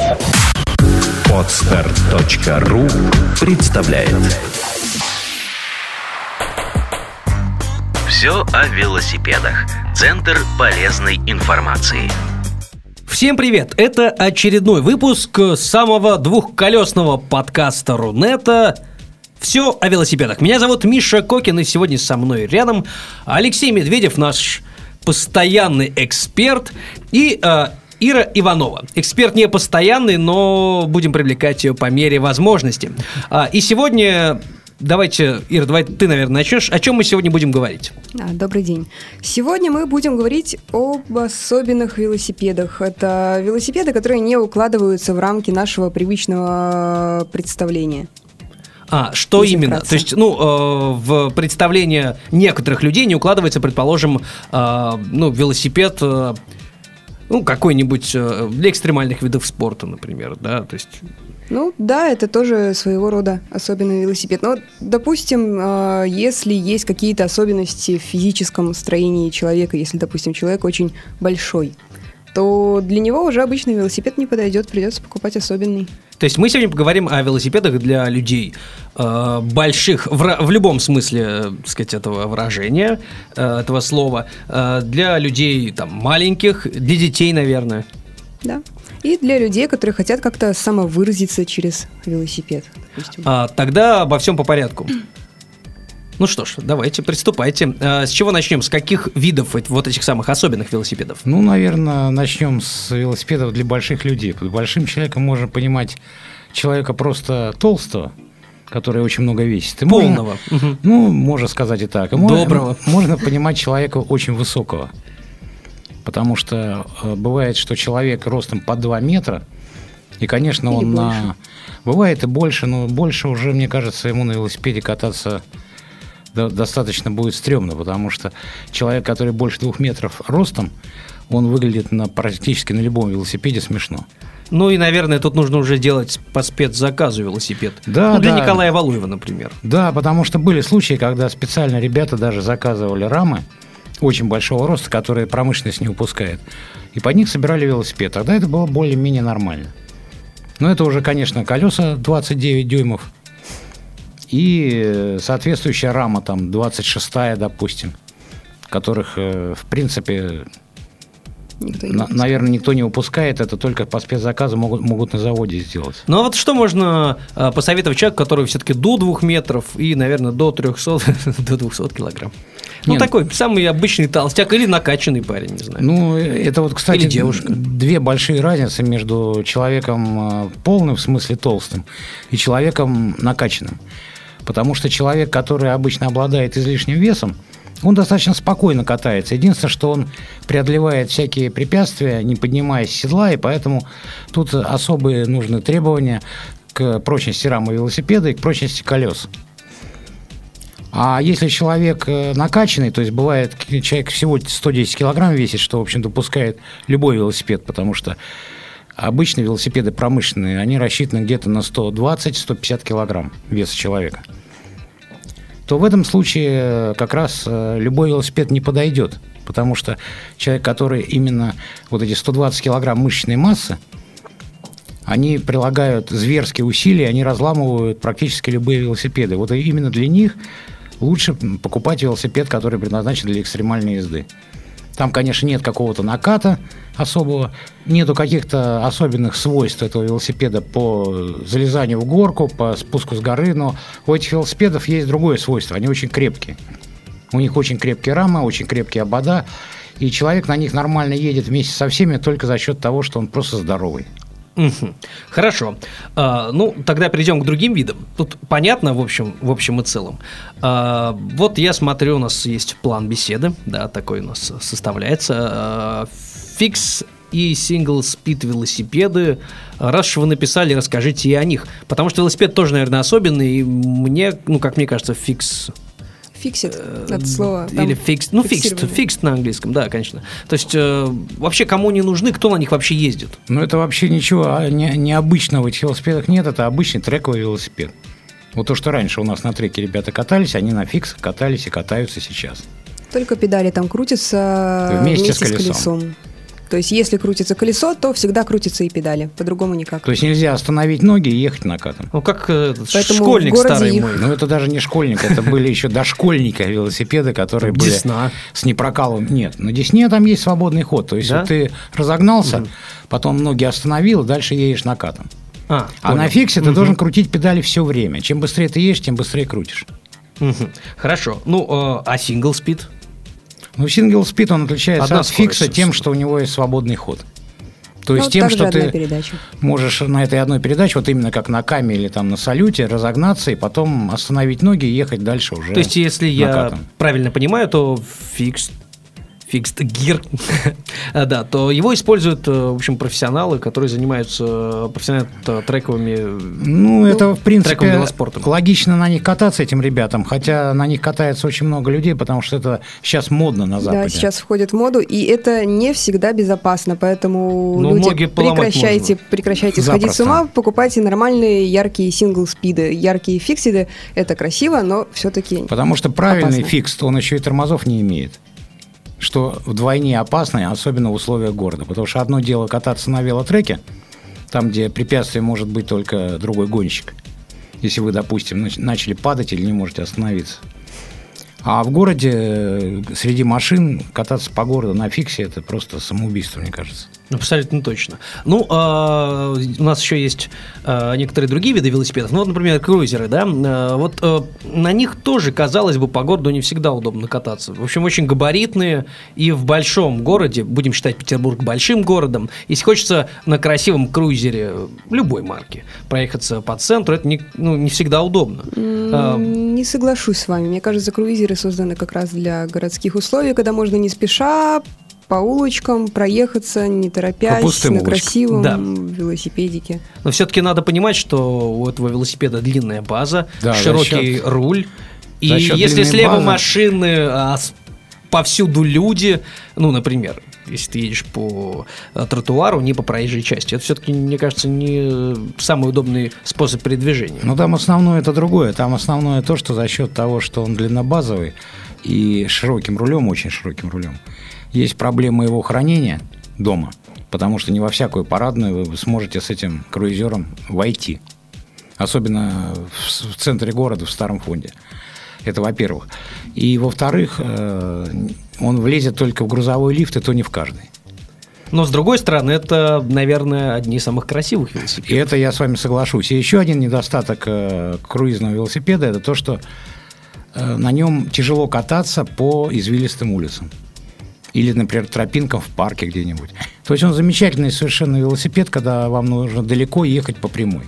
Podster.ru представляет. Все о велосипедах. Центр полезной информации. Всем привет! Это очередной выпуск самого двухколесного подкаста Рунета «Все о велосипедах». Меня зовут Миша Кокин, и сегодня со мной рядом Алексей Медведев, наш постоянный эксперт, и Ира Иванова. Эксперт не постоянный, но будем привлекать ее по мере возможности. И сегодня... Давайте, Ира, давай ты, наверное, начнешь. О чем мы сегодня будем говорить? Добрый день. Сегодня мы будем говорить об особенных велосипедах. Это велосипеды, которые не укладываются в рамки нашего привычного представления. Что именно? То есть, в представление некоторых людей не укладывается, предположим, велосипед... какой-нибудь для экстремальных видов спорта, например, да, то есть... Это тоже своего рода особенный велосипед. Но, допустим, если есть какие-то особенности в физическом строении человека, если, допустим, человек очень большой, то для него уже обычный велосипед не подойдет, придется покупать особенный. То есть мы сегодня поговорим о велосипедах для людей больших, в любом смысле, так сказать, этого выражения, этого слова, для людей маленьких, для детей, наверное. Да. И для людей, которые хотят как-то самовыразиться через велосипед, допустим. Тогда обо всем по порядку. Ну что ж, давайте, приступайте. С чего начнем? С каких видов вот этих самых особенных велосипедов? Наверное, начнем с велосипедов для больших людей. Под большим человеком можно понимать человека просто толстого, который очень много весит. И полного. Можно сказать и так. Доброго. Можно понимать человека очень высокого. Потому что бывает, что человек ростом по 2 метра, и, конечно, он бывает и больше, но больше уже, мне кажется, ему на велосипеде кататься достаточно будет стрёмно, потому что человек, который больше 2 метров ростом, он выглядит практически на любом велосипеде смешно. И, наверное, тут нужно уже делать по спецзаказу велосипед. Для Николая Валуева, например. Да, потому что были случаи, когда специально ребята даже заказывали рамы очень большого роста, которые промышленность не выпускает, и под них собирали велосипед. Тогда это было более-менее нормально. Но это уже, конечно, колеса 29 дюймов и соответствующая рама, 26-я, допустим, которых, в принципе, наверное, никто не выпускает, это только по спецзаказу могут на заводе сделать. А вот что можно посоветовать человеку, который все-таки до 2 метров и, наверное, до 300, до 200 килограмм? Такой самый обычный толстяк или накачанный парень, не знаю. Это вот, кстати, или девушка. Две большие разницы между человеком полным, в смысле толстым, и человеком накачанным. Потому что человек, который обычно обладает излишним весом, он достаточно спокойно катается. Единственное, что он преодолевает всякие препятствия, не поднимаясь с седла, и поэтому тут особые нужны требования к прочности рамы велосипеда и к прочности колес. А если человек накачанный, то есть бывает, человек всего 110 килограмм весит, что, в общем, допускает любой велосипед, потому что обычные велосипеды промышленные, они рассчитаны где-то на 120-150 килограмм веса человека, то в этом случае как раз любой велосипед не подойдет, потому что человек, который именно вот эти 120 килограмм мышечной массы, они прилагают зверские усилия, они разламывают практически любые велосипеды. Вот именно для них лучше покупать велосипед, который предназначен для экстремальной езды. Там, конечно, нет какого-то наката особого, нету каких-то особенных свойств этого велосипеда по залезанию в горку, по спуску с горы, но у этих велосипедов есть другое свойство, они очень крепкие. У них очень крепкие рамы, очень крепкие обода, и человек на них нормально едет вместе со всеми только за счет того, что он просто здоровый. Хорошо. Тогда перейдем к другим видам. Тут понятно, в общем и целом. Вот я смотрю, у нас есть план беседы, да, такой у нас составляется. Фикс и сингл-спид велосипеды. Раз уж вы написали, расскажите и о них. Потому что велосипед тоже, наверное, особенный. И мне, как мне кажется, фикс... Фиксит, это слово. Или фикст на английском, да, конечно. То есть, вообще, кому не нужны, кто на них вообще ездит? Это вообще ничего необычного в этих велосипедах нет, это обычный трековый велосипед. Вот то, что раньше у нас на треке ребята катались, они на фиксах катались и катаются сейчас. Только педали там крутятся вместе с колесом. То есть, если крутится колесо, то всегда крутятся и педали. По-другому никак. То есть нельзя остановить ноги и ехать накатом. Ну, как Поэтому школьник в городе старый их- мой. Ну, это даже не школьник, это были еще дошкольника велосипеды, которые были Десна. с непрокалываем. Нет, на Десне там есть свободный ход. То есть Да? вот ты разогнался, потом ноги остановил, дальше едешь накатом. А понял. на фиксе ты должен крутить педали все время. Чем быстрее ты едешь, тем быстрее крутишь. Мгм. Хорошо. Ну, а сингл спид? Ну, сингл-спид, он отличается Одна от скорость, фикса тем, что у него есть свободный ход. То Ну, есть тем, также что одна ты передача. можешь на этой одной передаче, вот именно как на Каме или там на Салюте, разогнаться и потом остановить ноги и ехать дальше уже. То есть, если я накатом. правильно понимаю, то fixed gear, да, то его используют, в общем, профессионалы, которые занимаются профессионально трековыми. Ну, это, в трековым принципе, велоспортом. логично на них кататься этим ребятам, хотя на них катается очень много людей, потому что это сейчас модно на Западе. Да, сейчас входит в моду, и это не всегда безопасно, поэтому Ну, ноги люди, поломать прекращайте сходить с Запросто. ума, покупайте нормальные яркие сингл-спиды. Яркие фиксиды – это красиво, но все-таки Потому что правильный опасно. фикс, он еще и тормозов не имеет. Что вдвойне опасно, особенно в условиях города. Потому что одно дело кататься на велотреке, там, где препятствие может быть только другой гонщик. Если вы, допустим, начали падать или не можете остановиться. А в городе среди машин кататься по городу на фиксе – это просто самоубийство, мне кажется. Абсолютно точно. Ну, у нас еще есть некоторые другие виды велосипедов. Ну, вот, например, круизеры, да. На них тоже, казалось бы, по городу не всегда удобно кататься. В общем, очень габаритные. И в большом городе, будем считать Петербург большим городом, если хочется на красивом круизере любой марки проехаться по центру, это не всегда удобно. Не соглашусь с вами. Мне кажется, круизеры созданы как раз для городских условий, когда можно не спеша по улочкам проехаться, не торопясь, пустым на улочкам. красивом Да. велосипедике. Но все-таки надо понимать, что у этого велосипеда длинная база, Да, широкий за счет- руль. И за счет если длинной слева базы- машины, повсюду люди, ну, например, если ты едешь по тротуару, не по проезжей части, это все-таки, мне кажется, не самый удобный способ передвижения. Но там основное это другое. Там основное то, что за счет того, что он длиннобазовый и широким рулем, очень широким рулем, есть проблема его хранения дома, потому что не во всякую парадную вы сможете с этим круизером войти. Особенно в центре города, в Старом Фонде. Это во-первых. И во-вторых, он влезет только в грузовой лифт, и то не в каждый. Но, с другой стороны, это, наверное, одни из самых красивых велосипедов. И это я с вами соглашусь. И еще один недостаток круизного велосипеда – это то, что на нем тяжело кататься по извилистым улицам. Или, например, тропинкам в парке где-нибудь. То есть он замечательный совершенно велосипед, когда вам нужно далеко ехать по прямой.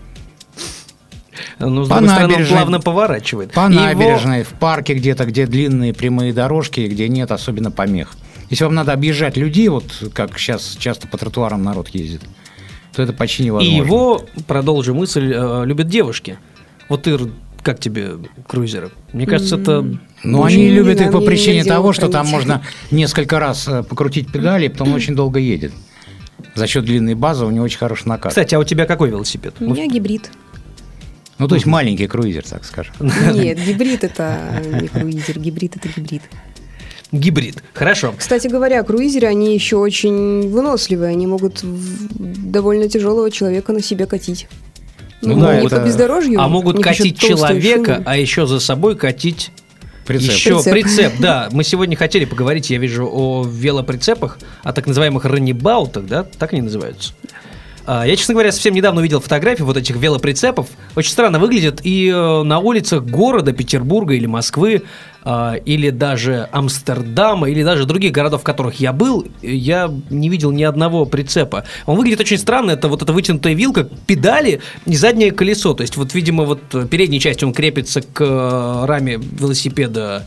Но, с По другой стороны, он набережной. плавно поворачивает. По И его- набережной, в парке где-то, где длинные прямые дорожки, где нет особенно помех. Если вам надо объезжать людей, вот как сейчас часто по тротуарам народ ездит, то это почти И невозможно. его, продолжу мысль, любят девушки. Вот, Ир, как тебе круизеры? Мне кажется, это... Но Очень они не любят знаю, их по мне причине нельзя того, что там укрыть. можно несколько раз покрутить педали, и потом очень долго едет. За счет длинной базы у него очень хороший накат. Кстати, а у тебя какой велосипед? У меня гибрид. Ну, то есть маленький круизер, так скажем. Нет, гибрид – это не круизер, гибрид – это гибрид. Гибрид. Хорошо. Кстати говоря, круизеры, они еще очень выносливые, они могут довольно тяжелого человека на себе катить. Ну Ну, да, не это- по бездорожью. А могут у них еще катить толстые человека, шины. а еще за собой катить Прицеп. еще Прицеп. прицеп. Да, мы сегодня хотели поговорить, я вижу, о велоприцепах, о так называемых раннибаутах, да, так они называются. Я, честно говоря, совсем недавно увидел фотографии вот этих велоприцепов. Очень странно выглядят. И на улицах города Петербурга или Москвы, или даже Амстердама, или даже других городов, в которых я был, я не видел ни одного прицепа. Он выглядит очень странно. Это вот эта вытянутая вилка, педали и заднее колесо. То есть, вот, видимо, вот передней частью он крепится к раме велосипеда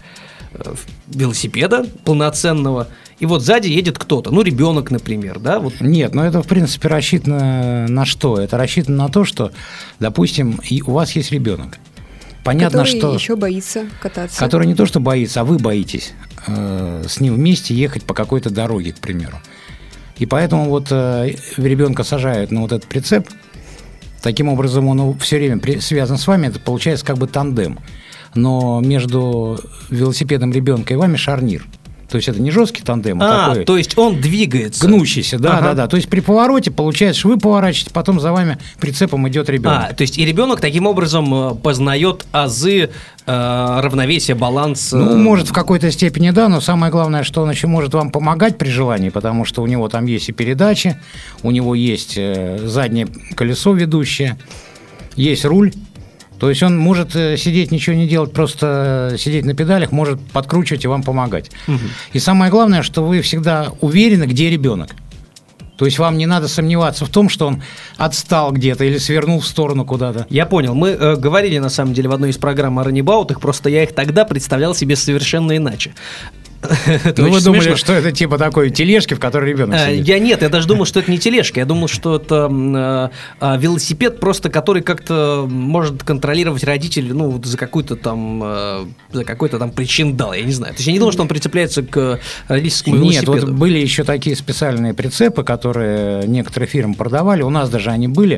полноценного. И вот сзади едет кто-то, ну, ребенок, например, да, вот. Нет, но это, в принципе, рассчитано на что? Это рассчитано на то, что, допустим, и у вас есть ребенок. Понятно, который что... еще боится кататься. Который не то, что боится, а вы боитесь с ним вместе ехать по какой-то дороге, к примеру. И поэтому вот ребенка сажают на вот этот прицеп. Таким образом, он все время связан с вами. Это получается как бы тандем. Но между велосипедом ребенка и вами шарнир. То есть это не жесткий тандем, а такой... то есть он двигается. Гнущийся, да. То есть при повороте получается, что вы поворачиваете, потом за вами прицепом идет ребенок. То есть и ребенок таким образом познает азы равновесия, баланса. Ну, может, в какой-то степени да, но самое главное, что он еще может вам помогать при желании, потому что у него там есть и передачи, у него есть заднее колесо ведущее, есть руль. То есть он может сидеть, ничего не делать, просто сидеть на педалях, может подкручивать и вам помогать. И самое главное, что вы всегда уверены, где ребенок. То есть вам не надо сомневаться в том, что он отстал где-то или свернул в сторону куда-то. Я понял. Мы говорили, на самом деле, в одной из программ о раннибаутах, просто я их тогда представлял себе совершенно иначе. Ну, вы думали, что это типа такой тележки, в которой ребенок сидит? Я даже думал, что это не тележка. Я думал, что это велосипед, просто который как-то может контролировать родителей, ну, за какой-то там причиндал, я не знаю. То есть я не думал, что он прицепляется к родительскому велосипеду. Нет, вот были еще такие специальные прицепы, которые некоторые фирмы продавали. У нас даже они были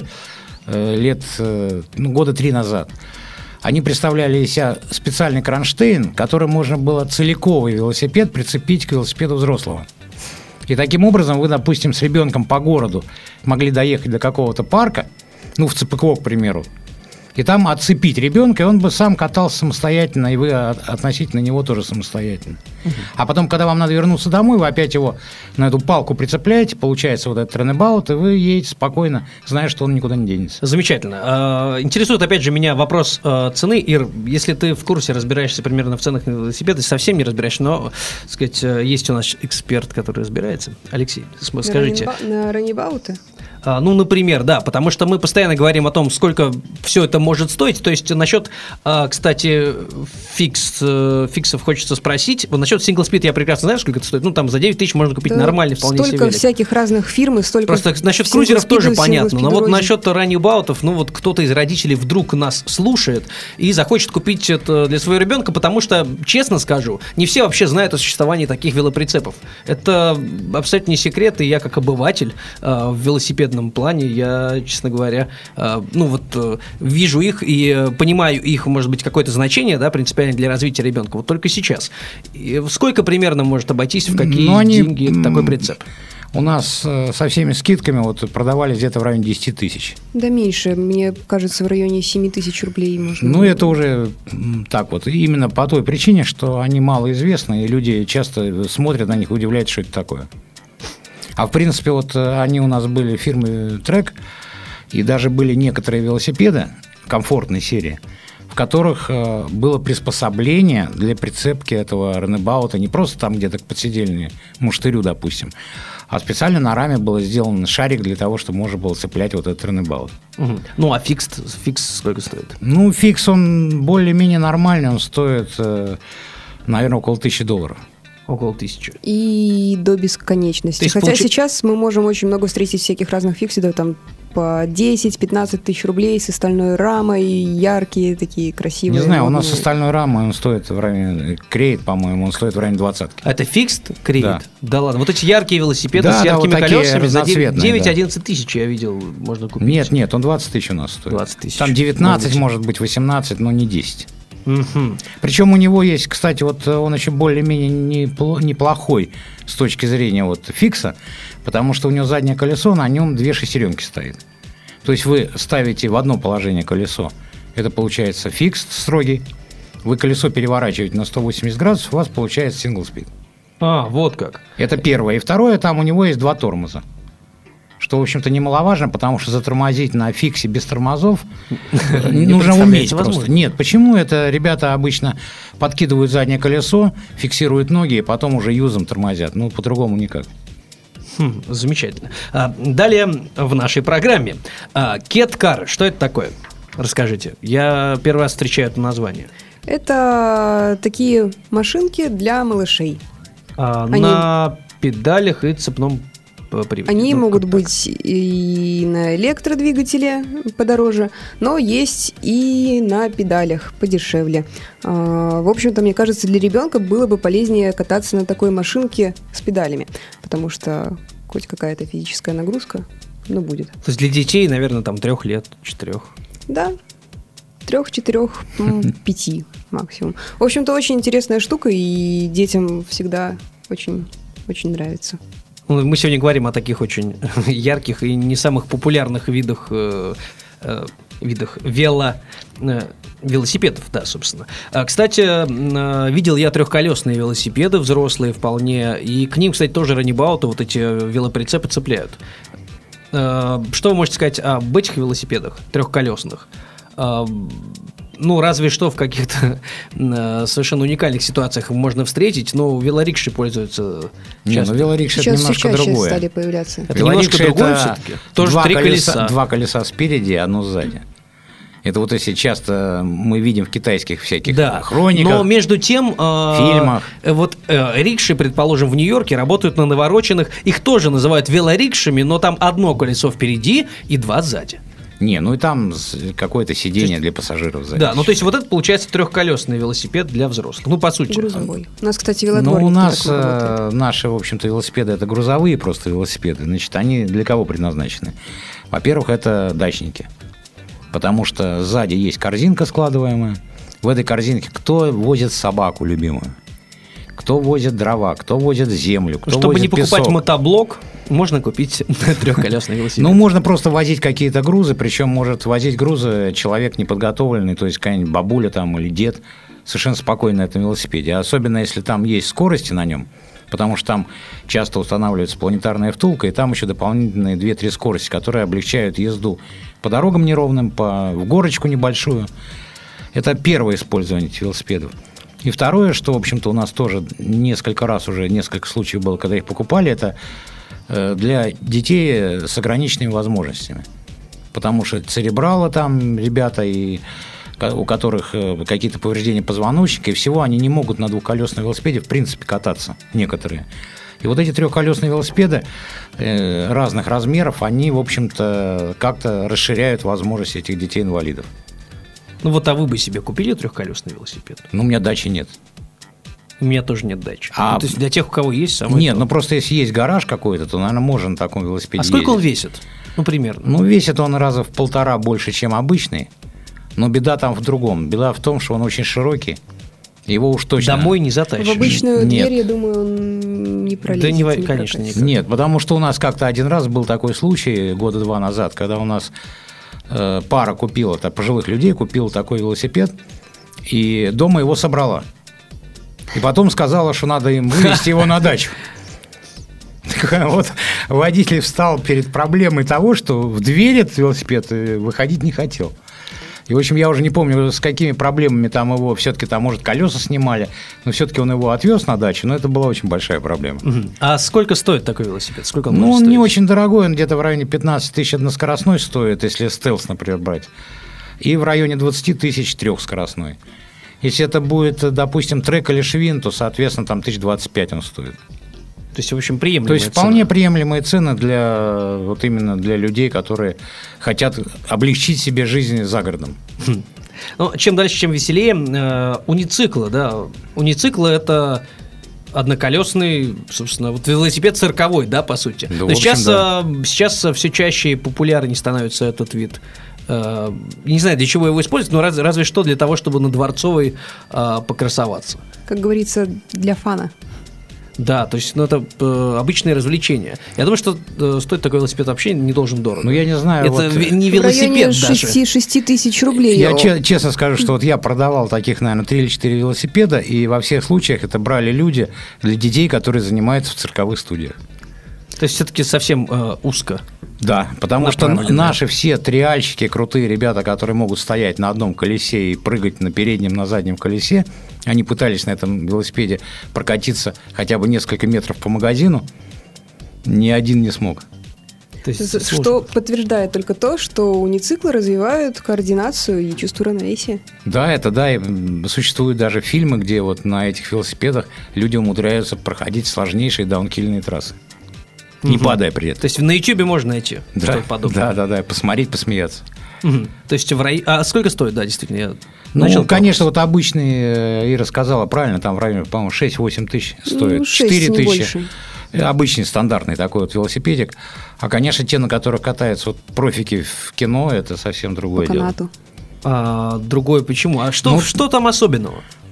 года 3 назад. Они представляли из себя специальный кронштейн, который можно было целиковый велосипед прицепить к велосипеду взрослого. И таким образом вы, допустим, с ребенком по городу могли доехать до какого-то парка, ну, в ЦПКО, к примеру, и там отцепить ребенка, и он бы сам катался самостоятельно, и вы относительно него тоже самостоятельно. А потом, когда вам надо вернуться домой, вы опять его на эту палку прицепляете, получается вот этот раннибаут, и вы едете спокойно, зная, что он никуда не денется. Замечательно. Интересует, опять же, меня вопрос цены. Ир, если ты в курсе, разбираешься примерно в ценах на велосипеды, совсем не разбираешься, но, так сказать, есть у нас эксперт, который разбирается. Алексей, скажите. На раннибауты? Ну, например, да, потому что мы постоянно говорим о том, сколько все это может стоить. То есть насчет, кстати, фиксов хочется спросить. Вот насчет Single Speed я прекрасно знаю, сколько это стоит. Ну, там за 9 тысяч можно купить нормальный вполне себе велик. Столько всяких разных фирм и столько... Просто насчет крузеров тоже понятно. Но вот насчет раннибаутов, ну, вот кто-то из родителей вдруг нас слушает и захочет купить это для своего ребенка, потому что, честно скажу, не все вообще знают о существовании таких велоприцепов. Это абсолютно не секрет, и я как обыватель в велосипедном плане, я, честно говоря, вижу их и понимаю их, может быть, какое-то значение, да, принципиально для развития ребенка. Вот только сейчас. И сколько примерно может обойтись, в какие деньги такой прицеп? У нас со всеми скидками вот продавались где-то в районе 10 тысяч. Да меньше, мне кажется, в районе 7 тысяч рублей можно. Ну, это уже так вот. Именно по той причине, что они малоизвестны, и люди часто смотрят на них и удивляются, что это такое. А в принципе, вот они у нас были фирмы Trek, и даже были некоторые велосипеды комфортной серии, в которых было приспособление для прицепки этого раннибаута, не просто там где-то к подседельному штырю, допустим, а специально на раме был сделан шарик для того, чтобы можно было цеплять вот этот раннибаут. Ну, а фикс сколько стоит? Ну, фикс, он более-менее нормальный, он стоит, наверное, около $1000. Около 1000. И до бесконечности. Хотя сейчас мы можем очень много встретить всяких разных фиксидов, там по 10-15 тысяч рублей с остальной рамой, яркие, такие красивые. Не знаю, у нас с остальной рамой он стоит в районе, Крейт, по-моему, он стоит в районе 20. Это фикст Крейт? Да. Да ладно, вот эти яркие велосипеды с яркими вот колесами за 9-11 да. тысяч, я видел, можно купить. Нет, он 20 тысяч у нас стоит. 20 тысяч. Там 19, может быть, 18, но не 10. Причем у него есть, кстати, вот он еще более-менее неплохой с точки зрения вот фикса, потому что у него заднее колесо, на нем 2 шестеренки стоит. То есть вы ставите в одно положение колесо, это получается фикс строгий, вы колесо переворачиваете на 180 градусов, у вас получается Single Speed. Вот как. Это первое. И второе, там у него есть 2 тормоза. Что, в общем-то, немаловажно, потому что затормозить на фиксе без тормозов нужно уметь просто. Нет, почему? Это ребята обычно подкидывают заднее колесо, фиксируют ноги, и потом уже юзом тормозят. Ну, по-другому никак. Замечательно. Далее в нашей программе. Кеткар. Что это такое? Расскажите. Я первый раз встречаю это название. Это такие машинки для малышей. На педалях и цепном приводе. Они могут быть и на электродвигателе подороже, но есть и на педалях подешевле. В общем-то, мне кажется, для ребенка было бы полезнее кататься на такой машинке с педалями, потому что хоть какая-то физическая нагрузка, но будет. То есть для детей, наверное, там 3 лет, 4. Да, 3, 4, 5 максимум. В общем-то, очень интересная штука, и детям всегда очень, очень нравится. Мы сегодня говорим о таких очень ярких и не самых популярных видах велосипедов, да, собственно. Кстати, видел я трехколесные велосипеды, взрослые вполне, и к ним, кстати, тоже раннибауты, вот эти велоприцепы цепляют. Что вы можете сказать об этих велосипедах трехколесных? Разве что в каких-то совершенно уникальных ситуациях можно встретить, но велорикши пользуются часто. Велорикша это немножко другое. Стали появляться. Это немножко другое все-таки. Тоже три колеса. Два колеса спереди, одно сзади. Это вот если часто мы видим в китайских всяких хрониках, но между тем фильмах. Рикши, предположим, в Нью-Йорке работают на навороченных, их тоже называют велорикшами, но там одно колесо впереди и два сзади. И там какое-то сиденье для пассажиров сзади. Да, то есть вот это получается трехколесный велосипед для взрослых. По сути. Грузовой. У нас, кстати, велодворники. У нас наши, в общем-то, велосипеды это грузовые просто велосипеды. Значит, они для кого предназначены? Во-первых, это дачники. Потому что сзади есть корзинка складываемая. В этой корзинке кто возит собаку любимую? Кто возит дрова? Кто возит землю? Кто Чтобы возит не покупать песок? Мотоблок, можно купить трехколесный велосипед. Можно просто возить какие-то грузы, причем может возить грузы человек неподготовленный, то есть какая-нибудь бабуля там или дед совершенно спокойно на этом велосипеде. Особенно если там есть скорости на нем, потому что там часто устанавливается планетарная втулка, и там еще дополнительные 2-3 скорости, которые облегчают езду по дорогам неровным, в горочку небольшую. Это первое использование этих велосипедов. И второе, что, в общем-то, у нас тоже несколько случаев было, когда их покупали, это для детей с ограниченными возможностями. Потому что церебралы там ребята, у которых какие-то повреждения позвоночника, и всего, они не могут на двухколесном велосипеде в принципе кататься, некоторые. И вот эти трехколесные велосипеды разных размеров, они, в общем-то, как-то расширяют возможности этих детей-инвалидов. А вы бы себе купили трехколесный велосипед? У меня дачи нет. У меня тоже нет дачи. То есть для тех, у кого есть, самое Нет, просто если есть гараж какой-то, то, наверное, можно на таком велосипеде ездить. Сколько он весит? Примерно. Весит он раза в 1,5 больше, чем обычный. Но беда там в другом. Беда в том, что он очень широкий. Его уж точно... Домой не затащишь. В обычную дверь, я думаю, он не пролезет. Да, конечно, никак. Нет, потому что у нас как-то один раз был такой случай, 2 года назад, когда у нас пара купила, пожилых людей купила такой велосипед, и дома его собрала. И потом сказала, что надо им вывезти его на дачу. Вот водитель встал перед проблемой того, что в дверь этот велосипед выходить не хотел. И, в общем, я уже не помню, с какими проблемами там его, все-таки там, может, колеса снимали, но все-таки он его отвез на дачу, но это была очень большая проблема. А сколько стоит такой велосипед? Сколько он он не очень дорогой, он где-то в районе 15 тысяч односкоростной стоит, если стелс, например, брать, и в районе 20 тысяч трехскоростной. Если это будет, допустим, трек или швин, то, соответственно, там 25 он стоит. То есть, в общем, приемлемые цены. То есть, вполне приемлемые цены именно для людей, которые хотят облегчить себе жизнь за городом. Чем дальше, чем веселее. Унициклы, да. Унициклы – это одноколесный, собственно, велосипед цирковой, да, по сути. Да, сейчас все чаще и популярнее становится этот вид. Не знаю, для чего его используют, но разве что для того, чтобы на Дворцовой покрасоваться. Как говорится, для фана. Да, то есть это обычное развлечение. Я думаю, что стоит такой велосипед вообще не должен дорого. Я не знаю. Это не велосипед в районе 6 тысяч рублей. Я честно скажу, что я продавал таких, наверное, 3 или 4 велосипеда, и во всех случаях это брали люди для детей, которые занимаются в цирковых студиях. То есть все-таки совсем узко. Да, потому что наши все триальщики, крутые ребята, которые могут стоять на одном колесе и прыгать на переднем, на заднем колесе, они пытались на этом велосипеде прокатиться хотя бы несколько метров по магазину, ни один не смог. Что подтверждает только то, что унициклы развивают координацию и чувство равновесия. Да, и существуют даже фильмы, где на этих велосипедах люди умудряются проходить сложнейшие даунхильные трассы. Не падая при этом. То есть на Ютьюбе можно найти что-то подобное. Да, посмотреть, посмеяться. То есть А сколько стоит, да, действительно? Конечно, обычный, Ира сказала правильно, там в районе, по-моему, 6-8 тысяч стоит. 4 тысячи. Обычный стандартный такой велосипедик. А, конечно, те, на которых катаются профики в кино, это совсем другое дело. Другое почему? А что там особенного?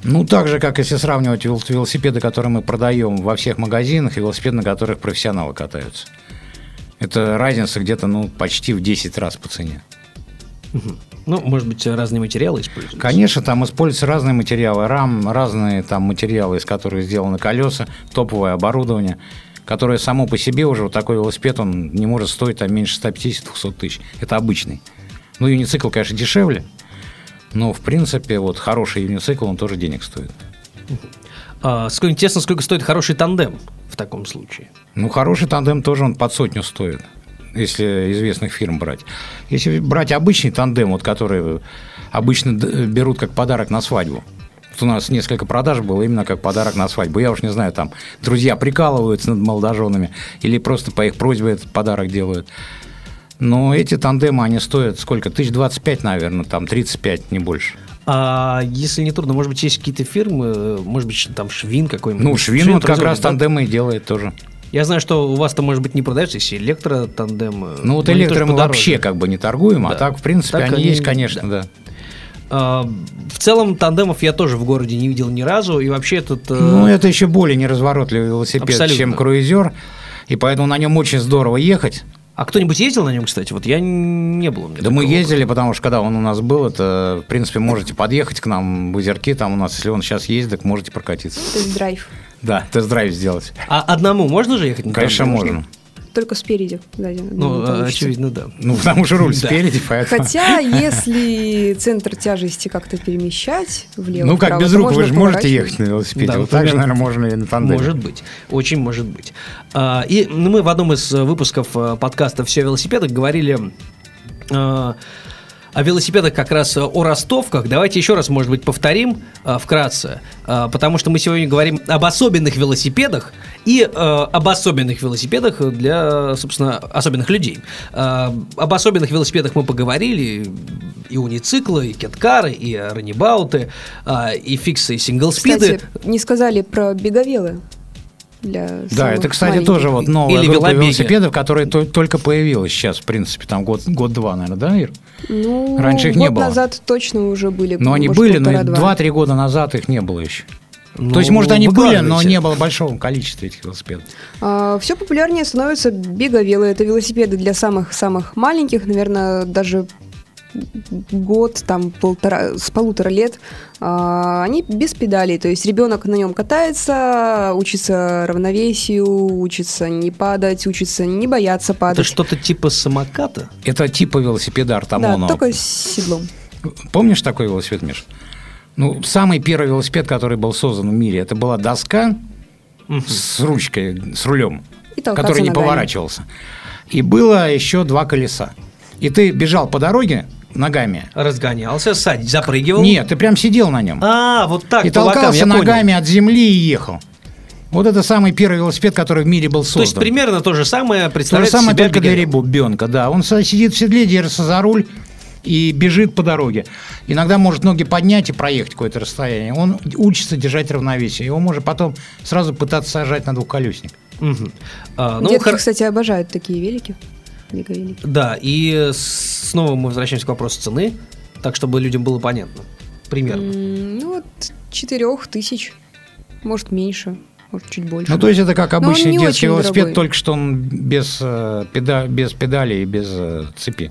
Ну, так же, как если сравнивать велосипеды, которые мы продаем во всех магазинах, и велосипеды, на которых профессионалы катаются. Это разница где-то, почти в 10 раз по цене. Ну, может быть, разные материалы используются? Конечно, там используются разные материалы, разные там материалы, из которых сделаны колеса, топовое оборудование, которое само по себе уже, вот такой велосипед, он не может стоить там меньше 150-200 тысяч. Это обычный. Ну, юницикл, конечно, дешевле, но, в принципе, вот хороший юницикл, он тоже денег стоит. Интересно, сколько стоит хороший тандем в таком случае? Ну, хороший тандем тоже он под 100 стоит, если известных фирм брать. Если брать обычный тандем, вот, который обычно берут как подарок на свадьбу. Вот у нас несколько продаж было именно как подарок на свадьбу. Я уж не знаю, там друзья прикалываются над молодоженами или просто по их просьбе этот подарок делают. Но эти тандемы, они стоят сколько? 1025, наверное, там 35, не больше. А если не трудно, может быть, есть какие-то фирмы, может быть, там Швин какой-нибудь? Ну, Швин вот как раз тандемы и делает тоже. Я знаю, что у вас-то, может быть, не продается, если электротандемы. Ну, вот электро мы вообще как бы не торгуем, да. А так, в принципе, так они есть, конечно, да. В целом, тандемов я тоже в городе не видел ни разу, и вообще этот... Ну, это еще более неразворотливый велосипед, абсолютно, чем круизер, и поэтому на нем очень здорово ехать. А кто-нибудь ездил на нем, кстати? Вот я не был. Да мы ездили, потому что когда он у нас был, это, в принципе, можете подъехать к нам в Озерки, там у нас, если он сейчас есть, так можете прокатиться. Тест-драйв. Да, тест-драйв сделать. А одному можно же ехать? Конечно, можно. Только спереди. Ну, очевидно, да. Ну, потому что руль спереди, поэтому... Хотя, если центр тяжести как-то перемещать влево, ну, как без рук, вы же можете ехать на велосипеде. Да, вот так же, наверное, можно и на тандеме. Может быть, очень может быть. И мы в одном из выпусков подкаста «Все о велосипедах» говорили о велосипедах, как раз о ростовках. Давайте еще раз, может быть, повторим вкратце, потому что мы сегодня говорим об особенных велосипедах и об особенных велосипедах для, собственно, особенных людей. Об особенных велосипедах мы поговорили, и унициклы, и кеткары, и раннибауты, и фиксы, и синглспиды. Кстати, не сказали про беговелы. Да, это, кстати, тоже вот новая группа велосипедов, которая только появилась сейчас, в принципе, там год-два, наверное, да, Ир? Ну, раньше их не было. Год назад точно уже были. Но они были, но 2-3 года назад их не было еще. То есть, может, они были, но не было большого количества этих велосипедов. Все популярнее становятся беговелы. Это велосипеды для самых-самых маленьких, наверное, даже год, там, с 1,5 лет, они без педалей, то есть ребенок на нем катается, учится равновесию, учится не падать, учится не бояться падать. Это что-то типа самоката? Это типа велосипеда Артамонова. Да, только с седлом. Помнишь такой велосипед, Миш? Ну, самый первый велосипед, который был создан в мире, это была доска с ручкой, с рулем, который не поворачивался. И было еще 2 колеса. И ты бежал по дороге ногами. Разгонялся, запрыгивал. Нет, ты прям сидел на нем. Вот так. И толкался ногами от земли и ехал. Вот это самый первый велосипед, который в мире был создан. То есть примерно то же самое представляет себя. То же самое, только беговел. для ребенка, да. Он сидит в седле, держится за руль и бежит по дороге. Иногда может ноги поднять и проехать какое-то расстояние. Он учится держать равновесие. Его может потом сразу пытаться сажать на двухколесник. Детки, кстати, обожают такие велики. Беговелики. Да, и снова мы возвращаемся к вопросу цены, так, чтобы людям было понятно. Примерно. Ну, от 4000, может, меньше, может, чуть больше. Ну, то есть это как обычный детский велосипед, дорогой. только что он без педали и без цепи.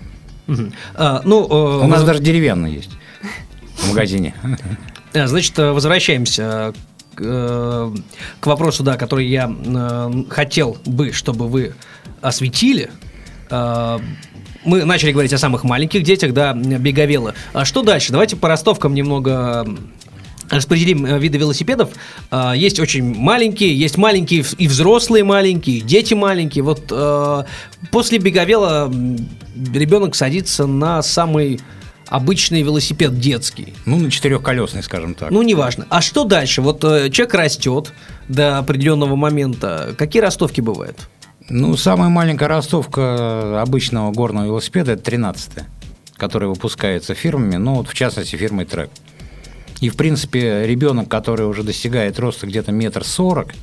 У нас даже деревянный есть в магазине. Значит, возвращаемся к вопросу, да, который я хотел бы, чтобы вы осветили. Мы начали говорить о самых маленьких детях, да, беговелы. А что дальше? Давайте по ростовкам немного распределим виды велосипедов. Есть очень маленькие и взрослые маленькие, и дети маленькие. Вот после беговела ребенок садится на самый обычный велосипед детский. Ну, на 4-колесный, скажем так. Ну, неважно. А что дальше? Вот человек растет до определенного момента. Какие ростовки бывают? Ну, самая маленькая ростовка обычного горного велосипеда – это 13-я, которая выпускается фирмами, ну, вот в частности, фирмой Trek. И, в принципе, ребенок, который уже достигает роста где-то 1,40 м,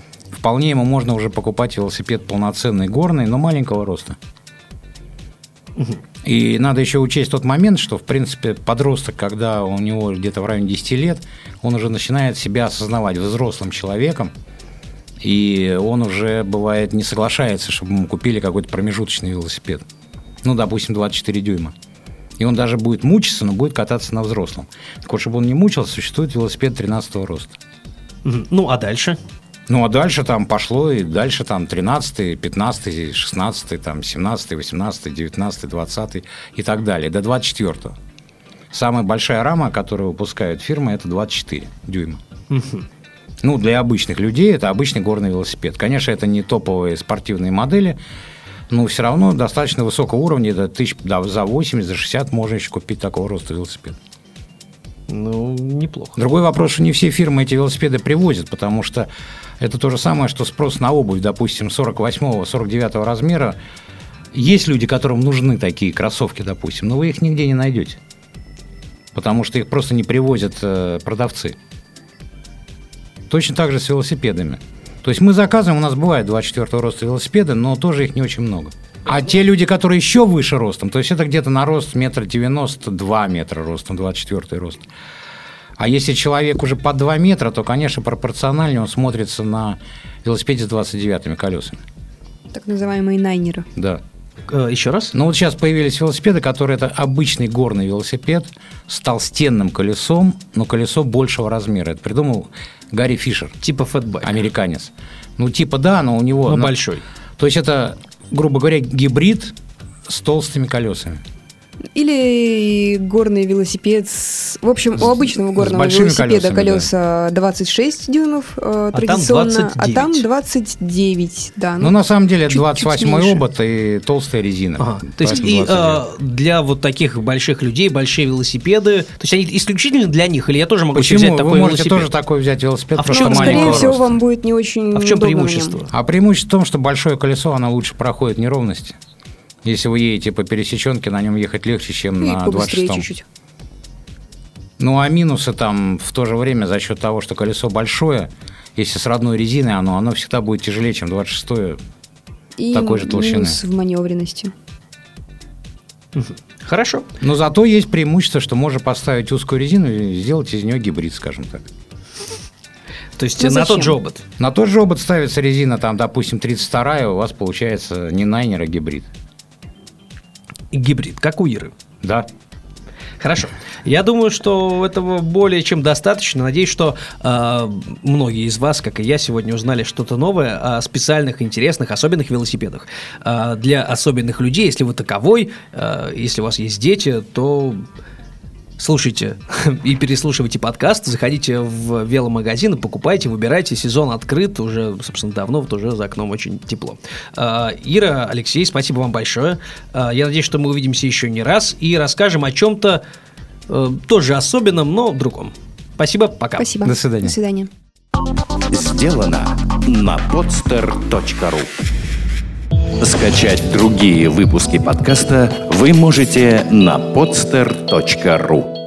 вполне ему можно уже покупать велосипед полноценный горный, но маленького роста. И надо еще учесть тот момент, что, в принципе, подросток, когда у него где-то в районе 10 лет, он уже начинает себя осознавать взрослым человеком, и он уже, бывает, не соглашается, чтобы ему купили какой-то промежуточный велосипед. Ну, допустим, 24 дюйма. И он даже будет мучиться, но будет кататься на взрослом. Так вот, чтобы он не мучился, существует велосипед 13-го роста. Ну, а дальше? Ну, а дальше там пошло, и дальше там 13-й, 15-й, 16-й, там 17-й, 18-й, 19-й, 20-й и так далее, до 24-го. Самая большая рама, которую выпускают фирмы, это 24 дюйма. Ну, для обычных людей это обычный горный велосипед. Конечно, это не топовые спортивные модели, но все равно достаточно высокого уровня, это за 80, за 60 можно еще купить такого роста велосипед. Ну, неплохо. Другой вопрос, что не все фирмы эти велосипеды привозят, потому что это то же самое, что спрос на обувь, допустим, 48-го, 49-го размера. Есть люди, которым нужны такие кроссовки, допустим, но вы их нигде не найдете, потому что их просто не привозят продавцы. Точно так же с велосипедами. То есть мы заказываем, у нас бывает 24-го роста велосипеды, но тоже их не очень много. А те люди, которые еще выше ростом, то есть это где-то на рост 1,92 метра ростом, 24-й рост. А если человек уже под 2 метра, то, конечно, пропорционально он смотрится на велосипеде с 29-ми колесами. Так называемые найнеры. Да. Еще раз? Ну вот сейчас появились велосипеды, которые это обычный горный велосипед с толстенным колесом, но колесо большего размера. Это придумал Гарри Фишер. Типа фэтбайк. Американец. Ну типа да, но у него... Но большой. То есть это, грубо говоря, гибрид с толстыми колесами. Или горный велосипед в общем, у обычного горного велосипеда колеса 26 дюймов традиционно, а там 29. Да, ну, на самом деле, 28-й обод и толстая резина. Ага. То есть и для вот таких больших людей большие велосипеды, то есть они исключительно для них, или я тоже могу взять такой велосипед? Вы можете тоже такой взять велосипед, просто скорее всего, вам будет не очень. А в чем преимущество? А преимущество в том, что большое колесо, оно лучше проходит неровности. Если вы едете по пересеченке, на нем ехать легче, чем на 26-м. Чуть-чуть. Ну, а минусы там в то же время за счет того, что колесо большое, если с родной резиной оно всегда будет тяжелее, чем 26-е такой же толщины. И минус в маневренности. Хорошо. Но зато есть преимущество, что можно поставить узкую резину и сделать из нее гибрид, скажем так. То есть на тот же обод? На тот же обод ставится резина, там, допустим, 32-я, у вас получается не найнер, а гибрид. Гибрид, как у Иры. Да. Хорошо. Я думаю, что этого более чем достаточно. Надеюсь, что многие из вас, как и я, сегодня узнали что-то новое о специальных, интересных, особенных велосипедах. Для особенных людей, если вы таковой, если у вас есть дети, то слушайте и переслушивайте подкаст, заходите в веломагазин, покупайте, выбирайте, сезон открыт, уже, собственно, давно, вот уже за окном очень тепло. Ира, Алексей, спасибо вам большое. Я надеюсь, что мы увидимся еще не раз и расскажем о чем-то тоже особенном, но другом. Спасибо, пока. Спасибо. До свидания. До свидания. Сделано на podster.ru. Скачать другие выпуски подкаста вы можете на podster.ru.